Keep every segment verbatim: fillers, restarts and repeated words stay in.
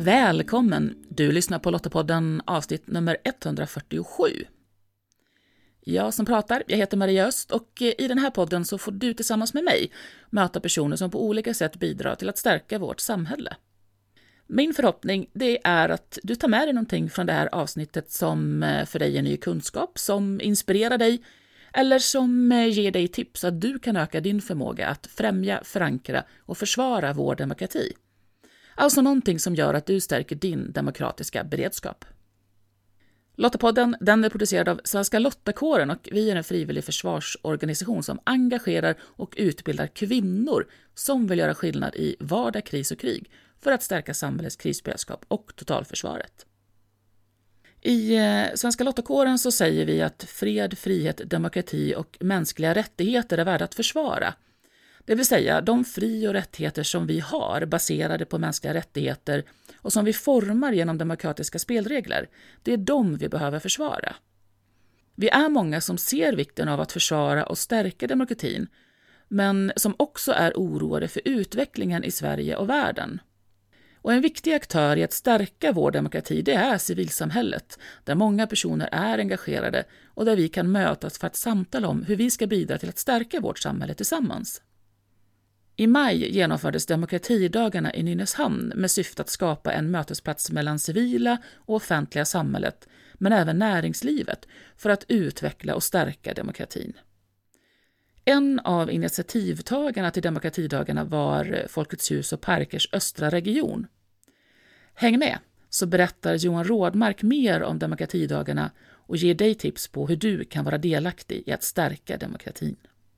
Välkommen! Du lyssnar på Lottapodden avsnitt nummer etthundrafyrtiosju. Jag som pratar, jag heter Maria Öst och i den här podden så får du tillsammans med mig möta personer som på olika sätt bidrar till att stärka vårt samhälle. Min förhoppning det är att du tar med dig någonting från det här avsnittet som för dig är ny kunskap, som inspirerar dig eller som ger dig tips att du kan öka din förmåga att främja, förankra och försvara vår demokrati. Alltså någonting som gör att du stärker din demokratiska beredskap. Lottapodden den är producerad av Svenska Lottakåren och vi är en frivillig försvarsorganisation som engagerar och utbildar kvinnor som vill göra skillnad i vardag, kris och krig för att stärka samhällets krisberedskap och totalförsvaret. I Svenska Lottakåren så säger vi att fred, frihet, demokrati och mänskliga rättigheter är värda att försvara. Det vill säga de fri- och rättigheter som vi har baserade på mänskliga rättigheter och som vi formar genom demokratiska spelregler, det är de vi behöver försvara. Vi är många som ser vikten av att försvara och stärka demokratin, men som också är oroade för utvecklingen i Sverige och världen. Och en viktig aktör i att stärka vår demokrati det är civilsamhället, där många personer är engagerade och där vi kan mötas för att samtala om hur vi ska bidra till att stärka vårt samhälle tillsammans. I maj genomfördes demokratidagarna i Nynäshamn med syfte att skapa en mötesplats mellan civila och offentliga samhället, men även näringslivet, för att utveckla och stärka demokratin. En av initiativtagarna till demokratidagarna var Folkets hus och parkers östra region. Häng med, så berättar Johan Rådmark mer om demokratidagarna och ger dig tips på hur du kan vara delaktig i att stärka demokratin.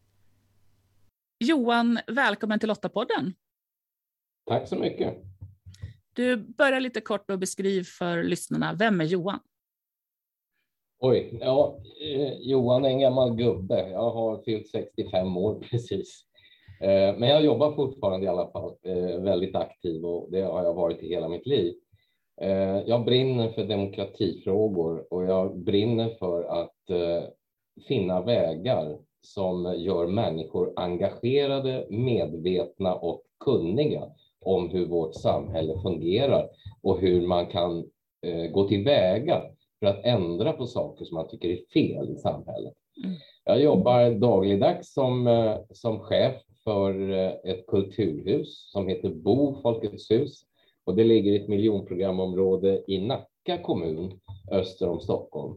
Johan, välkommen till Lottapodden. Tack så mycket. Du börjar lite kort och beskriv för lyssnarna, vem är Johan? Oj, ja, eh, Johan är en gammal gubbe. Jag har fyllt sextiofem år precis. Eh, men jag jobbar fortfarande i alla fall eh, väldigt aktiv och det har jag varit i hela mitt liv. Eh, jag brinner för demokratifrågor och jag brinner för att eh, finna vägar som gör människor engagerade, medvetna och kunniga om hur vårt samhälle fungerar och hur man kan eh, gå tillväga för att ändra på saker som man tycker är fel i samhället. Mm. Jag jobbar dagligdags som, eh, som chef för eh, ett kulturhus som heter Bo Folkets hus och det ligger i ett miljonprogramområde i Nacka kommun öster om Stockholm.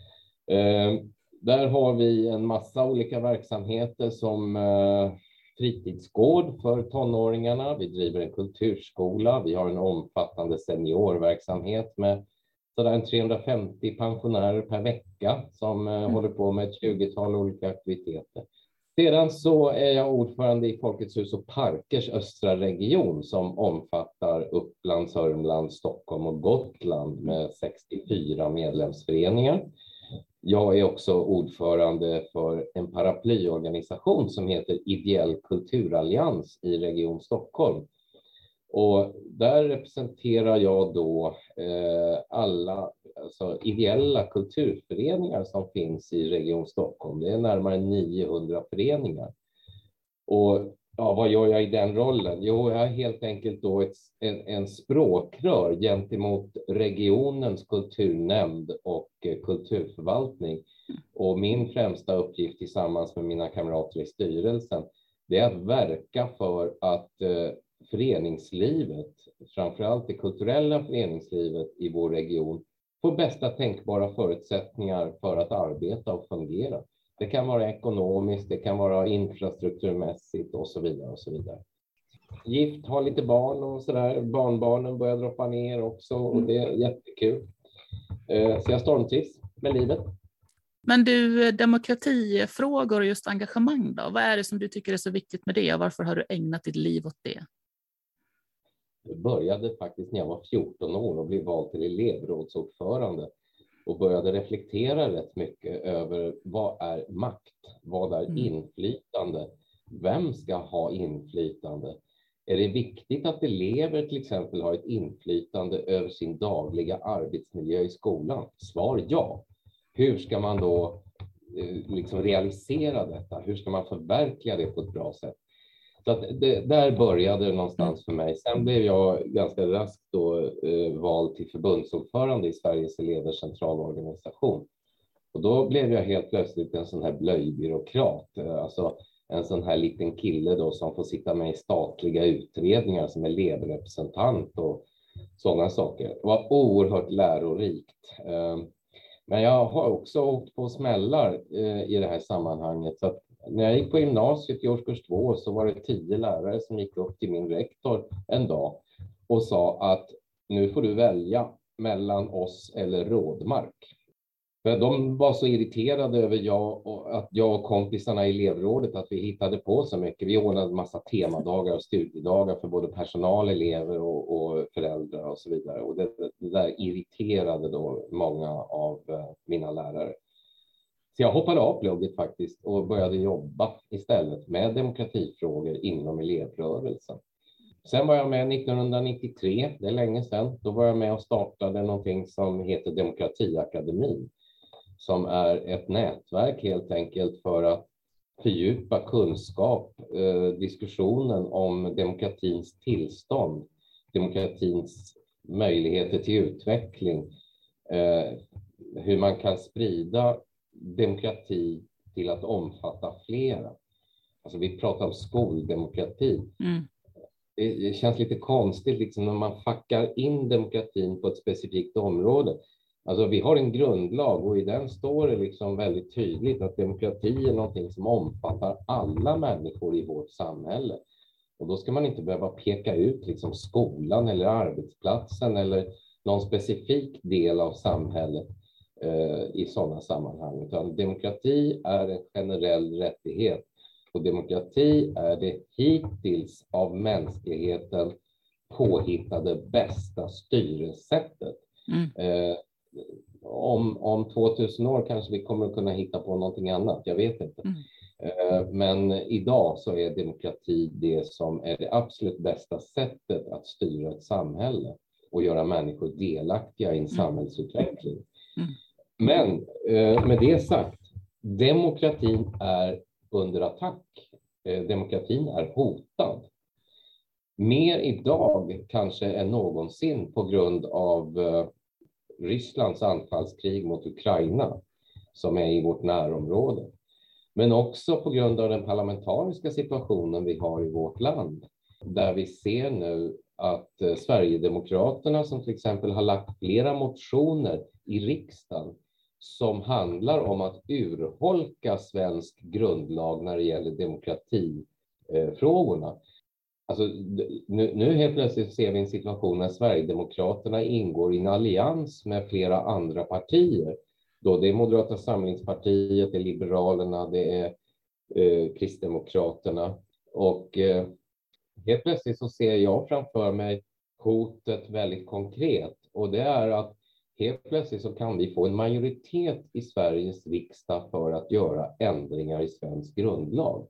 Eh, Där har vi en massa olika verksamheter som eh, fritidsgård för tonåringarna. Vi driver en kulturskola. Vi har en omfattande seniorverksamhet med sådär en trehundrafemtio pensionärer per vecka som eh, mm. håller på med ett tjugotal olika aktiviteter. Sedan så är jag ordförande i Folkets hus och parkers östra region som omfattar Uppland, Sörmland, Stockholm och Gotland med sextiofyra medlemsföreningar. Jag är också ordförande för en paraplyorganisation som heter Ideell kulturallians i Region Stockholm. Och där representerar jag då eh, alla alltså ideella kulturföreningar som finns i Region Stockholm. Det är närmare niohundra föreningar. Och ja, vad gör jag i den rollen? Jo, jag är helt enkelt då ett, en, en språkrör gentemot regionens kulturnämnd och eh, kulturförvaltning. Och min främsta uppgift tillsammans med mina kamrater i styrelsen, det är att verka för att eh, föreningslivet, framförallt det kulturella föreningslivet i vår region, får bästa tänkbara förutsättningar för att arbeta och fungera. Det kan vara ekonomiskt, det kan vara infrastrukturmässigt och så vidare och så vidare. Gift, har lite barn och sådär. Barnbarnen börjar droppa ner också och det är jättekul. Så jag stormtrivs med livet. Men du, demokratifrågor och just engagemang då? Vad är det som du tycker är så viktigt med det och varför har du ägnat ditt liv åt det? Jag började faktiskt när jag var fjorton år och blev vald till elevrådsordförande. Och började reflektera rätt mycket över vad är makt, vad är inflytande, vem ska ha inflytande? Är det viktigt att elever till exempel har ett inflytande över sin dagliga arbetsmiljö i skolan? Svar ja. Hur ska man då eh, liksom realisera detta? Hur ska man förverkliga det på ett bra sätt? Så att det, där började det någonstans för mig. Sen blev jag ganska raskt då eh, vald till förbundsordförande i Sveriges elevers centralorganisation. Och då blev jag helt plötsligt en sån här blöjbyråkrat. Alltså en sån här liten kille då som får sitta med i statliga utredningar som elevrepresentant och sådana saker. Det var oerhört lärorikt. Men jag har också åkt på smällar i det här sammanhanget. Så att när jag gick på gymnasiet i årskurs två så var det tio lärare som gick upp till min rektor en dag och sa att nu får du välja mellan oss eller Rådmark. För de var så irriterade över jag och att jag och kompisarna i elevrådet att vi hittade på så mycket. Vi ordnade en massa temadagar och studiedagar för både personal, elever och, och föräldrar och så vidare. Och det, det där irriterade då många av mina lärare. Så jag hoppade av plugget faktiskt och började jobba istället med demokratifrågor inom elevrörelsen. Sen var jag med nittonhundranittiotre, det är länge sedan. Då var jag med och startade någonting som heter Demokratiakademin. Som är ett nätverk helt enkelt för att fördjupa kunskap, eh, diskussionen om demokratins tillstånd, demokratins möjligheter till utveckling, eh, hur man kan sprida demokrati till att omfatta flera. Alltså vi pratar om skoldemokrati. Mm. Det, det känns lite konstigt liksom när man fackar in demokratin på ett specifikt område. Alltså vi har en grundlag och i den står det liksom väldigt tydligt att demokrati är någonting som omfattar alla människor i vårt samhälle. Och då ska man inte behöva peka ut liksom skolan eller arbetsplatsen eller någon specifik del av samhället eh, i sådana sammanhang. Utan demokrati är en generell rättighet och demokrati är det hittills av mänskligheten påhittade bästa styresättet. Mm. Eh, Om, om tvåtusen år kanske vi kommer att kunna hitta på någonting annat, jag vet inte. Mm. Men idag så är demokrati det som är det absolut bästa sättet att styra ett samhälle och göra människor delaktiga i en mm. samhällsutveckling. Mm. Men med det sagt, demokratin är under attack. Demokratin är hotad. Mer idag kanske än någonsin på grund av Rysslands anfallskrig mot Ukraina som är i vårt närområde. Men också på grund av den parlamentariska situationen vi har i vårt land. Där vi ser nu att Sverigedemokraterna som till exempel har lagt flera motioner i riksdagen som handlar om att urholka svensk grundlag när det gäller demokratifrågorna. Alltså, nu, nu helt plötsligt ser vi en situation när Sverigedemokraterna ingår i en allians med flera andra partier. Då det är Moderata samlingspartiet, det är Liberalerna, det är eh, Kristdemokraterna. Och eh, helt plötsligt så ser jag framför mig hotet väldigt konkret. Och det är att helt plötsligt så kan vi få en majoritet i Sveriges riksdag för att göra ändringar i svensk grundlag.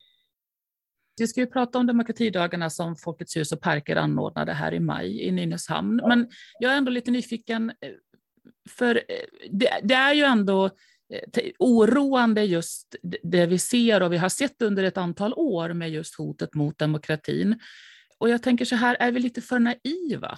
Vi ska ju prata om demokratidagarna som Folkets hus och parker anordnade här i maj i Nynäshamn. Men jag är ändå lite nyfiken, för det, det är ju ändå oroande just det vi ser och vi har sett under ett antal år med just hotet mot demokratin. Och jag tänker så här, är vi lite för naiva?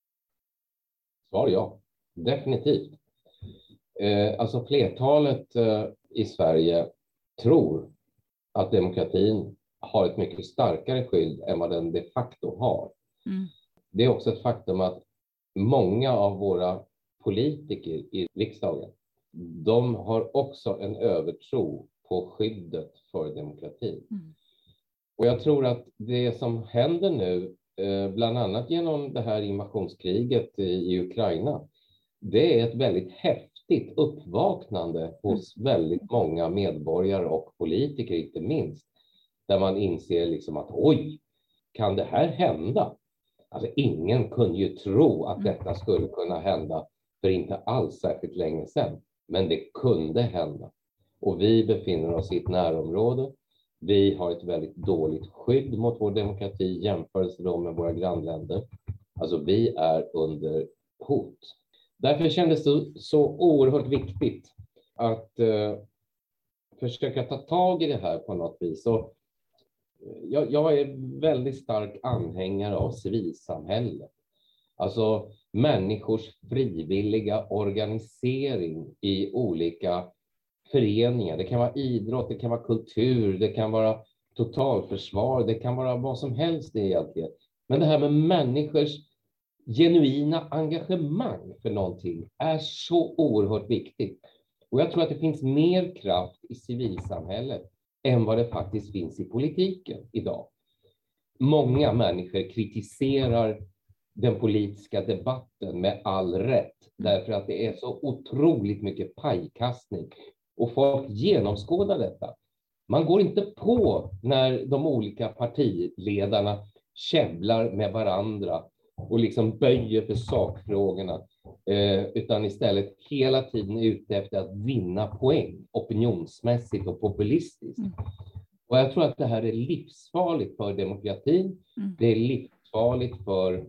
Svar ja, definitivt. Eh, alltså flertalet eh, i Sverige tror att demokratin har ett mycket starkare skydd än vad den de facto har. Mm. Det är också ett faktum att många av våra politiker i riksdagen, de har också en övertro på skyddet för demokratin. Mm. Och jag tror att det som händer nu, bland annat genom det här invasionskriget i Ukraina, det är ett väldigt häftigt uppvaknande hos väldigt många medborgare och politiker inte minst. Där man inser liksom att oj, kan det här hända? Alltså ingen kunde ju tro att detta skulle kunna hända för inte alls särskilt länge sedan. Men det kunde hända. Och vi befinner oss i ett närområde. Vi har ett väldigt dåligt skydd mot vår demokrati jämfört med våra grannländer. Alltså vi är under hot. Därför kändes det så oerhört viktigt att uh, försöka ta tag i det här på något vis. Och jag, jag är väldigt stark anhängare av civilsamhället. Alltså människors frivilliga organisering i olika föreningar. Det kan vara idrott, det kan vara kultur, det kan vara totalförsvar, det kan vara vad som helst egentligen. Men det här med människors genuina engagemang för någonting är så oerhört viktigt. Och jag tror att det finns mer kraft i civilsamhället än vad det faktiskt finns i politiken idag. Många människor kritiserar den politiska debatten med all rätt, därför att det är så otroligt mycket pajkastning. Och folk genomskådar detta. Man går inte på när de olika partiledarna käbblar med varandra och liksom böjer för sakfrågorna, eh, utan istället hela tiden är ute efter att vinna poäng opinionsmässigt och populistiskt. Mm. Och jag tror att det här är livsfarligt för demokratin. Mm. Det är livsfarligt för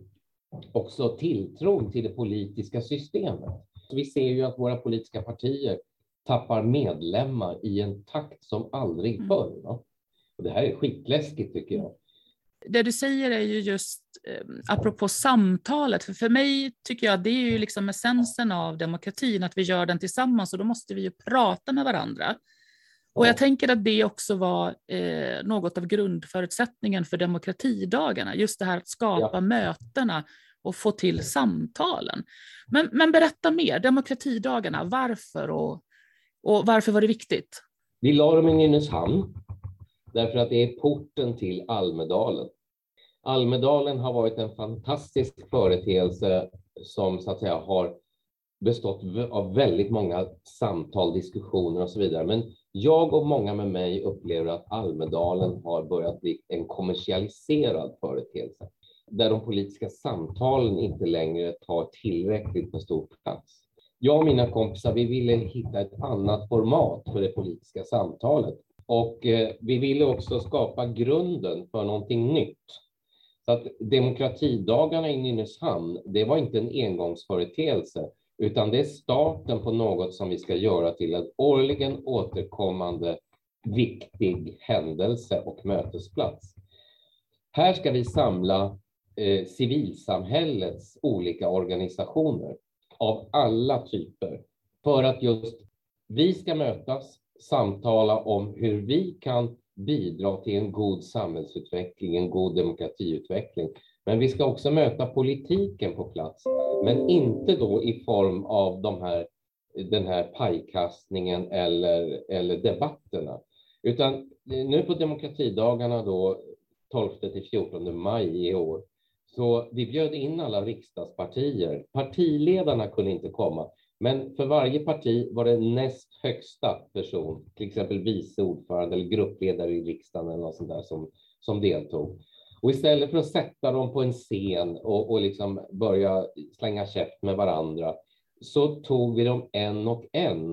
också tilltron till det politiska systemet. Vi ser ju att våra politiska partier tappar medlemmar i en takt som aldrig förr. Mm. Och det här är skitläskigt tycker jag. Det du säger är ju just eh, apropå samtalet. För, för mig tycker jag det är ju liksom essensen av demokratin, att vi gör den tillsammans, och då måste vi ju prata med varandra. Och jag tänker att det också var eh, något av grundförutsättningen för demokratidagarna. Just det här att skapa ja. mötena och få till samtalen. Men, men berätta mer, demokratidagarna, varför och, och varför var det viktigt? Vi la dem i Nynäshamn därför att det är porten till Almedalen. Almedalen har varit en fantastisk företeelse som så att säga har bestått av väldigt många samtal, diskussioner och så vidare. Men jag och många med mig upplever att Almedalen har börjat bli en kommersialiserad företeelse, där de politiska samtalen inte längre tar tillräckligt för stor plats. Jag och mina kompisar, vi ville hitta ett annat format för det politiska samtalet. Och eh, vi ville också skapa grunden för någonting nytt. Så att demokratidagarna i Nynäshamn, det var inte en engångsföreteelse, utan det är starten på något som vi ska göra till en årligen återkommande viktig händelse och mötesplats. Här ska vi samla eh, civilsamhällets olika organisationer av alla typer för att just vi ska mötas, samtala om hur vi kan bidra till en god samhällsutveckling, en god demokratiutveckling. Men vi ska också möta politiken på plats, men inte då i form av de här, den här pajkastningen eller, eller debatterna. Utan nu på demokratidagarna då, tolfte till fjortonde maj i år, så vi bjöd in alla riksdagspartier. Partiledarna kunde inte komma, men för varje parti var det näst högsta person, till exempel vice ordförande eller gruppledare i riksdagen eller något sånt där som, som deltog. Och istället för att sätta dem på en scen och, och liksom börja slänga käft med varandra, så tog vi dem en och en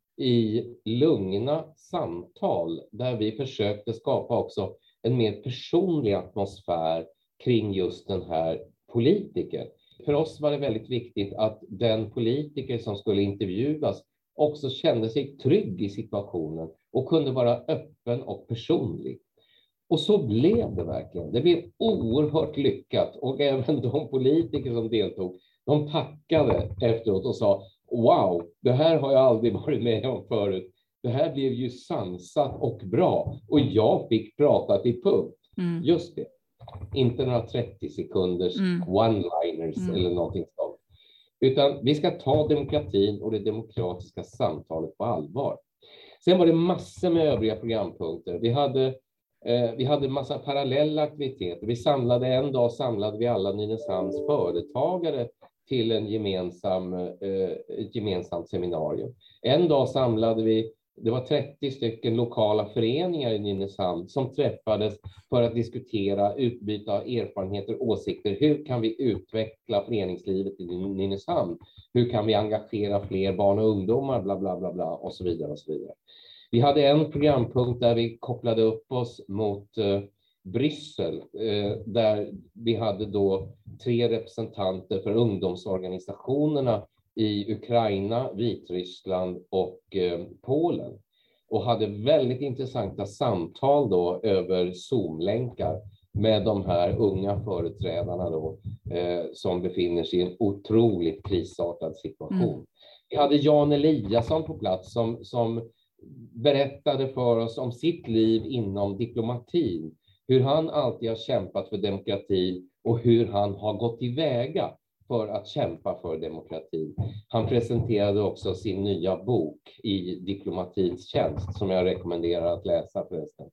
i lugna samtal där vi försökte skapa också en mer personlig atmosfär kring just den här politikern. För oss var det väldigt viktigt att den politiker som skulle intervjuas också kände sig trygg i situationen och kunde vara öppen och personlig. Och så blev det verkligen. Det blev oerhört lyckat, och även de politiker som deltog, de tackade efteråt och sa: wow, det här har jag aldrig varit med om förut. Det här blev ju sansat och bra, och jag fick prata till punkt. Mm. Just det. Inte några trettio sekunders mm. one-liners mm. eller någonting sånt. Utan vi ska ta demokratin och det demokratiska samtalet på allvar. Sen var det massor med övriga programpunkter. Vi hade, eh, vi hade massa parallella aktiviteter. Vi samlade en dag samlade vi alla Nynäshamns företagare till en gemensam, eh, ett gemensamt seminarium. En dag samlade vi, det var trettio stycken lokala föreningar i Nynäshamn som träffades för att diskutera, utbyta erfarenheter och åsikter. Hur kan vi utveckla föreningslivet i Nynäshamn? Hur kan vi engagera fler barn och ungdomar, bla bla bla bla, och så vidare och så vidare. Vi hade en programpunkt där vi kopplade upp oss mot eh, Bryssel, eh, där vi hade då tre representanter för ungdomsorganisationerna i Ukraina, Vitryssland och eh, Polen. och hade väldigt intressanta samtal då över Zoom-länkar med de här unga företrädarna då, eh, som befinner sig i en otroligt krisartad situation. Mm. Vi hade Jan Eliasson på plats som, som berättade för oss om sitt liv inom diplomatin, hur han alltid har kämpat för demokrati och hur han har gått tillväga för att kämpa för demokrati. Han presenterade också sin nya bok I diplomatins tjänst, som jag rekommenderar att läsa förresten.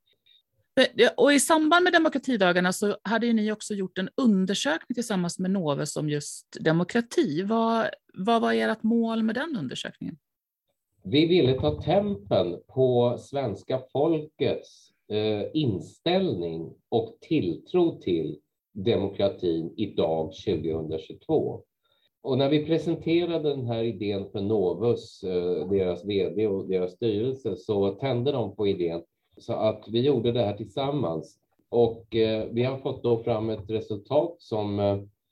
Och i samband med demokratidagarna så hade ju ni också gjort en undersökning tillsammans med Novus om just demokrati. Vad, vad var ert mål med den undersökningen? Vi ville ta tempen på svenska folkets eh, inställning och tilltro till demokratin idag tjugohundratjugotvå. Och när vi presenterade den här idén för Novus, eh, deras vd och deras styrelse, så tände de på idén. Så att vi gjorde det här tillsammans. Och eh, vi har fått då fram ett resultat som,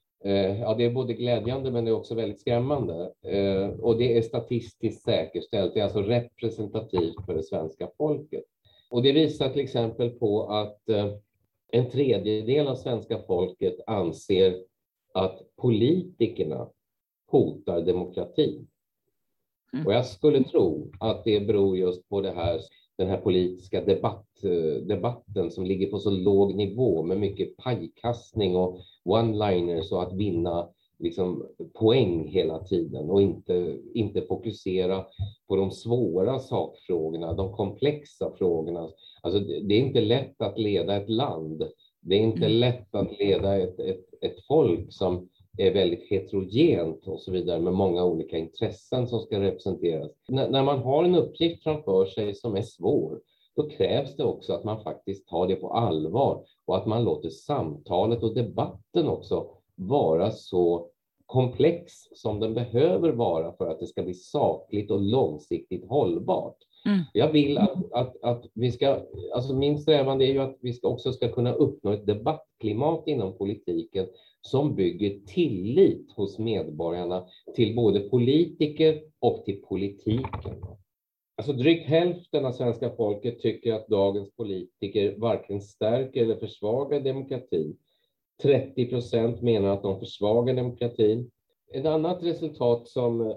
eh, ja det är både glädjande men det är också väldigt skrämmande. Eh, och det är statistiskt säkerställt, det är alltså representativt för det svenska folket. Och det visar till exempel på att eh, en tredjedel av svenska folket anser att politikerna hotar demokratin. Mm. Och jag skulle tro att det beror just på det här, den här politiska debatt, debatten som ligger på så låg nivå med mycket pajkastning och one-liners och att vinna liksom poäng hela tiden och inte, inte fokusera på de svåra sakfrågorna, de komplexa frågorna. Alltså det är inte lätt att leda ett land. Det är inte mm. lätt att leda ett, ett, ett folk som är väldigt heterogent och så vidare med många olika intressen som ska representeras. N- när man har en uppgift framför sig som är svår, då krävs det också att man faktiskt tar det på allvar och att man låter samtalet och debatten också vara så komplex som den behöver vara för att det ska bli sakligt och långsiktigt hållbart. Mm. Jag vill att, att, att vi ska, alltså min strävan är ju att vi ska också ska kunna uppnå ett debattklimat inom politiken som bygger tillit hos medborgarna till både politiker och till politiken. Alltså drygt hälften av svenska folket tycker att dagens politiker varken stärker eller försvagar demokratin. trettio procent menar att de försvagar demokratin. Ett annat resultat som,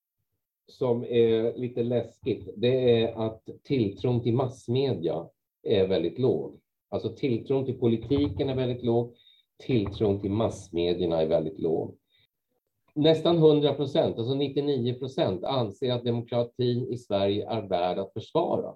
som är lite läskigt, det är att tilltron till massmedia är väldigt låg. Alltså tilltron till politiken är väldigt låg, tilltron till massmedierna är väldigt låg. Nästan hundra procent, alltså nittionio procent, anser att demokratin i Sverige är värd att försvara.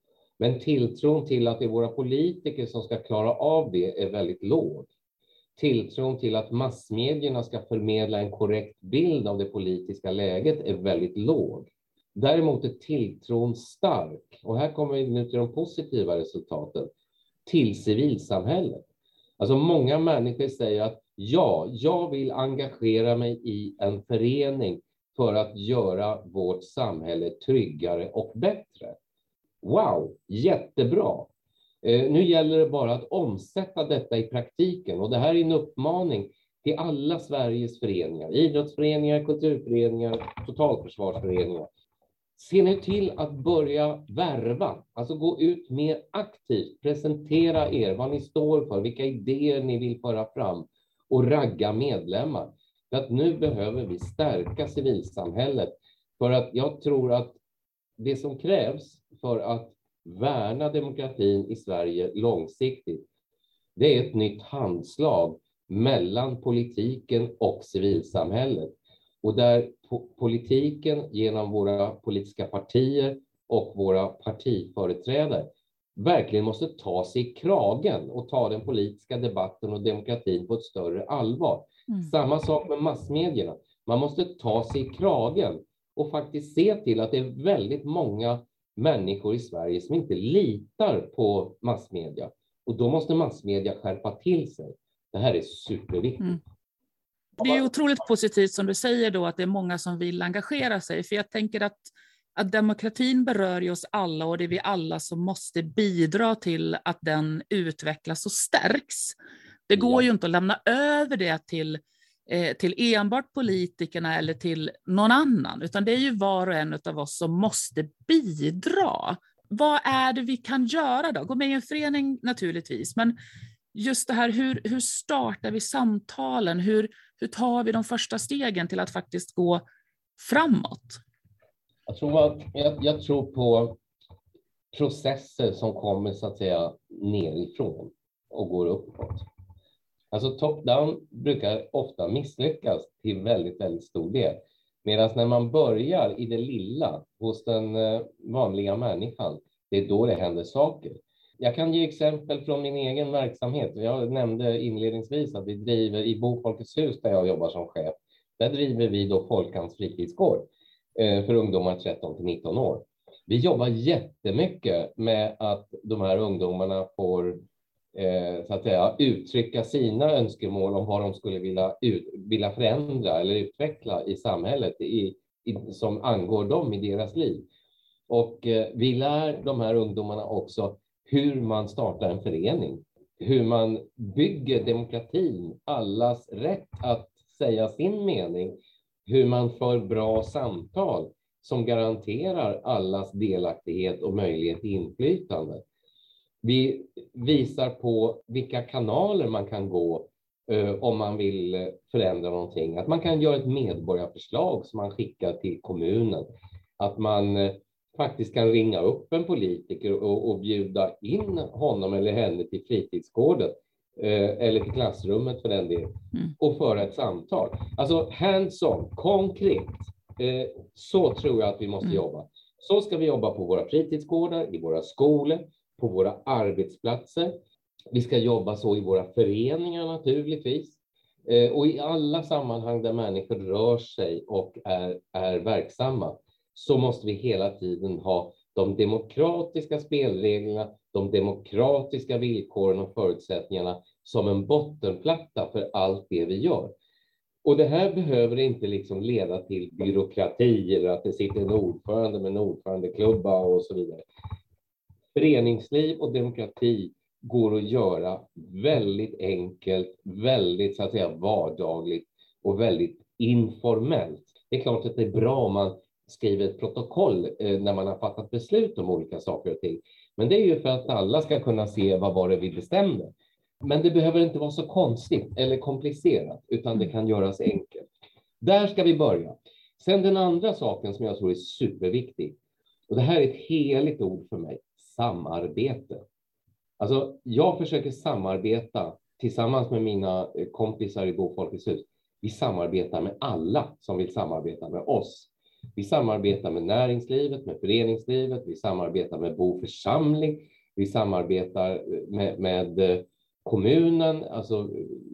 Men tilltron till att det är våra politiker som ska klara av det är väldigt låg. Tilltron till att massmedierna ska förmedla en korrekt bild av det politiska läget är väldigt låg. Däremot är tilltron stark, och här kommer vi nu till de positiva resultaten, till civilsamhället. Alltså många människor säger att ja, jag vill engagera mig i en förening för att göra vårt samhälle tryggare och bättre. Wow, jättebra! Eh, nu gäller det bara att omsätta detta i praktiken, och det här är en uppmaning till alla Sveriges föreningar, idrottsföreningar, kulturföreningar, totalförsvarsföreningar. Se nu till att börja värva, alltså gå ut mer aktivt, presentera er, vad ni står för, vilka idéer ni vill föra fram och ragga medlemmar. För att nu behöver vi stärka civilsamhället, för att jag tror att det som krävs för att värna demokratin i Sverige långsiktigt, det är ett nytt handslag mellan politiken och civilsamhället. Och där politiken genom våra politiska partier och våra partiföreträdare verkligen måste ta sig i kragen och ta den politiska debatten och demokratin på ett större allvar. Mm. Samma sak med massmedierna. Man måste ta sig i kragen och faktiskt se till att det är väldigt många människor i Sverige som inte litar på massmedia. Och då måste massmedia skärpa till sig. Det här är superviktigt. Mm. Det är otroligt positivt som du säger då, att det är många som vill engagera sig. För jag tänker att, att demokratin berör ju oss alla, och det är vi alla som måste bidra till att den utvecklas och stärks. Det går ja. ju inte att lämna över det till, eh, till enbart politikerna eller till någon annan, utan det är ju var och en av oss som måste bidra. vad är det vi kan göra då? Gå med i en förening naturligtvis, men just det här, hur, hur startar vi samtalen? Hur, hur tar vi de första stegen till att faktiskt gå framåt? Jag tror, att, jag, jag tror på processer som kommer så att säga nerifrån och går uppåt. Alltså top-down brukar ofta misslyckas till väldigt, väldigt stor del. Medan när man börjar i det lilla hos den vanliga människan, det är då det händer saker. Jag kan ge exempel från min egen verksamhet. Jag nämnde inledningsvis att vi driver i Bo Folkets hus där jag jobbar som chef. Där driver vi då Folkans fritidsgård för ungdomar tretton till nitton år. Vi jobbar jättemycket med att de här ungdomarna får eh, så att säga, uttrycka sina önskemål om vad de skulle vilja, ut, vilja förändra eller utveckla i samhället i, i, som angår dem i deras liv. Och eh, vi lär de här ungdomarna också hur man startar en förening, hur man bygger demokratin, allas rätt att säga sin mening, hur man för bra samtal som garanterar allas delaktighet och möjlighet till inflytande. Vi visar på vilka kanaler man kan gå eh, om man vill förändra någonting. Att man kan göra ett medborgarförslag som man skickar till kommunen. Att man eh, faktiskt kan ringa upp en politiker och, och bjuda in honom eller henne till fritidsgården. Eh, eller till klassrummet för den delen. Mm. Och föra ett samtal. Alltså hands-on, konkret. Eh, så tror jag att vi måste mm. jobba. Så ska vi jobba på våra fritidsgårdar, i våra skolor, på våra arbetsplatser. Vi ska jobba så i våra föreningar naturligtvis. Eh, och i alla sammanhang där människor rör sig och är, är verksamma. Så måste vi hela tiden ha de demokratiska spelreglerna, de demokratiska villkoren och förutsättningarna som en bottenplatta för allt det vi gör. Och det här behöver inte liksom leda till byråkrati eller att det sitter en ordförande med en ordförandeklubba och så vidare. Föreningsliv och demokrati går att göra väldigt enkelt, väldigt så att säga vardagligt och väldigt informellt. Det är klart att det är bra om man skriver ett protokoll eh, när man har fattat beslut om olika saker och ting. Men det är ju för att alla ska kunna se vad var det vi bestämde. Men det behöver inte vara så konstigt eller komplicerat, utan det kan göras enkelt. Där ska vi börja. Sen den andra saken som jag tror är superviktig, och det här är ett heligt ord för mig, samarbete. Alltså jag försöker samarbeta tillsammans med mina kompisar i Bo Folkets hus. Vi samarbetar med alla som vill samarbeta med oss. Vi samarbetar med näringslivet, med föreningslivet, vi samarbetar med Bo församling, vi samarbetar med, med kommunen, alltså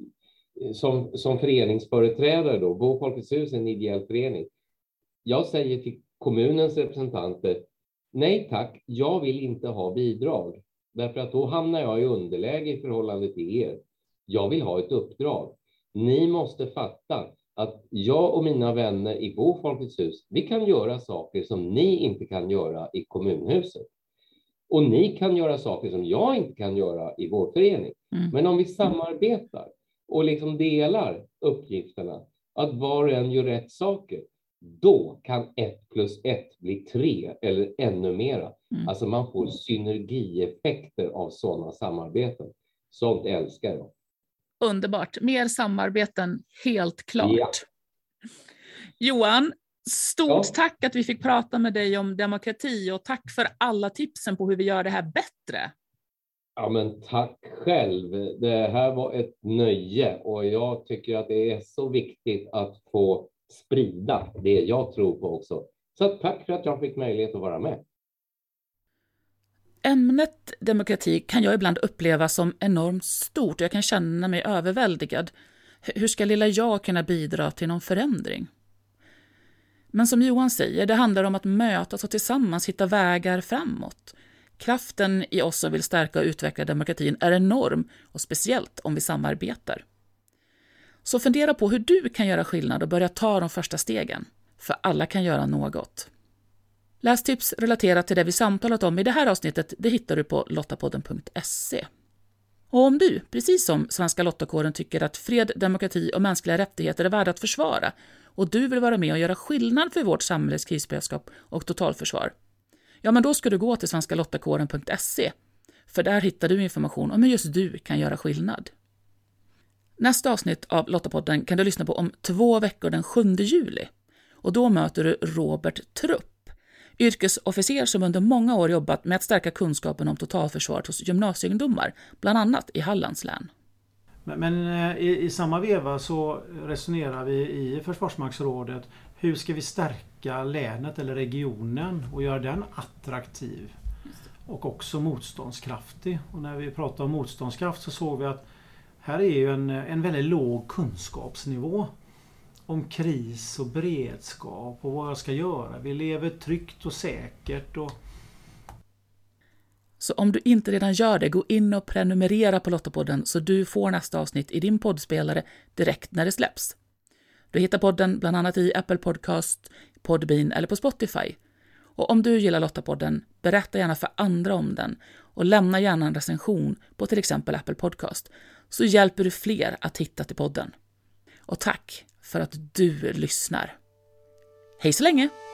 som, som föreningsföreträdare då, Bo Folkets hus är en ideell förening. Jag säger till kommunens representanter, nej tack, jag vill inte ha bidrag. Därför att då hamnar jag i underläge i förhållande till er. Jag vill ha ett uppdrag. Ni måste fatta att jag och mina vänner i Bo Folkets hus, vi kan göra saker som ni inte kan göra i kommunhuset. Och ni kan göra saker som jag inte kan göra i vår förening. Mm. Men om vi samarbetar och liksom delar uppgifterna, att var och en gör rätt saker, då kan ett plus ett bli tre eller ännu mera. Mm. Alltså man får synergieffekter av sådana samarbeten. Sånt älskar jag. Underbart. Mer samarbeten, helt klart. Ja. Johan, stort ja. tack att vi fick prata med dig om demokrati och tack för alla tipsen på hur vi gör det här bättre. Ja, men tack själv. Det här var ett nöje och jag tycker att det är så viktigt att få sprida det jag tror på också. Så tack för att jag fick möjlighet att vara med. Ämnet demokrati kan jag ibland uppleva som enormt stort och jag kan känna mig överväldigad. Hur ska lilla jag kunna bidra till någon förändring? Men som Johan säger, det handlar om att mötas och tillsammans hitta vägar framåt. Kraften i oss som vill stärka och utveckla demokratin är enorm och speciellt om vi samarbetar. Så fundera på hur du kan göra skillnad och börja ta de första stegen. För alla kan göra något. Lästips relaterat till det vi samtalat om i det här avsnittet, det hittar du på lottapodden punkt se. Och om du, precis som Svenska Lottakåren, tycker att fred, demokrati och mänskliga rättigheter är värda att försvara och du vill vara med och göra skillnad för vårt samhälles krisberedskap och totalförsvar, ja men då ska du gå till svenska lottakåren punkt se, för där hittar du information om hur just du kan göra skillnad. Nästa avsnitt av Lottapodden kan du lyssna på om två veckor den sjunde juli. Och då möter du Robert Trupp, yrkesofficer som under många år jobbat med att stärka kunskapen om totalförsvaret hos gymnasieungdomar, bland annat i Hallands län. Men, men i, i samma veva så resonerar vi i Försvarsmaktsrådet, hur ska vi stärka länet eller regionen och göra den attraktiv och också motståndskraftig. Och när vi pratar om motståndskraft så såg vi att här är ju en, en väldigt låg kunskapsnivå om kris och beredskap och vad jag ska göra. Vi lever tryggt och säkert. Och... Så om du inte redan gör det, gå in och prenumerera på Lottapodden så du får nästa avsnitt i din poddspelare direkt när det släpps. Du hittar podden bland annat i Apple Podcast, Podbean eller på Spotify. Och om du gillar Lottapodden, berätta gärna för andra om den och lämna gärna en recension på till exempel Apple Podcast, så hjälper du fler att hitta till podden. Och tack för att du lyssnar. Hej så länge!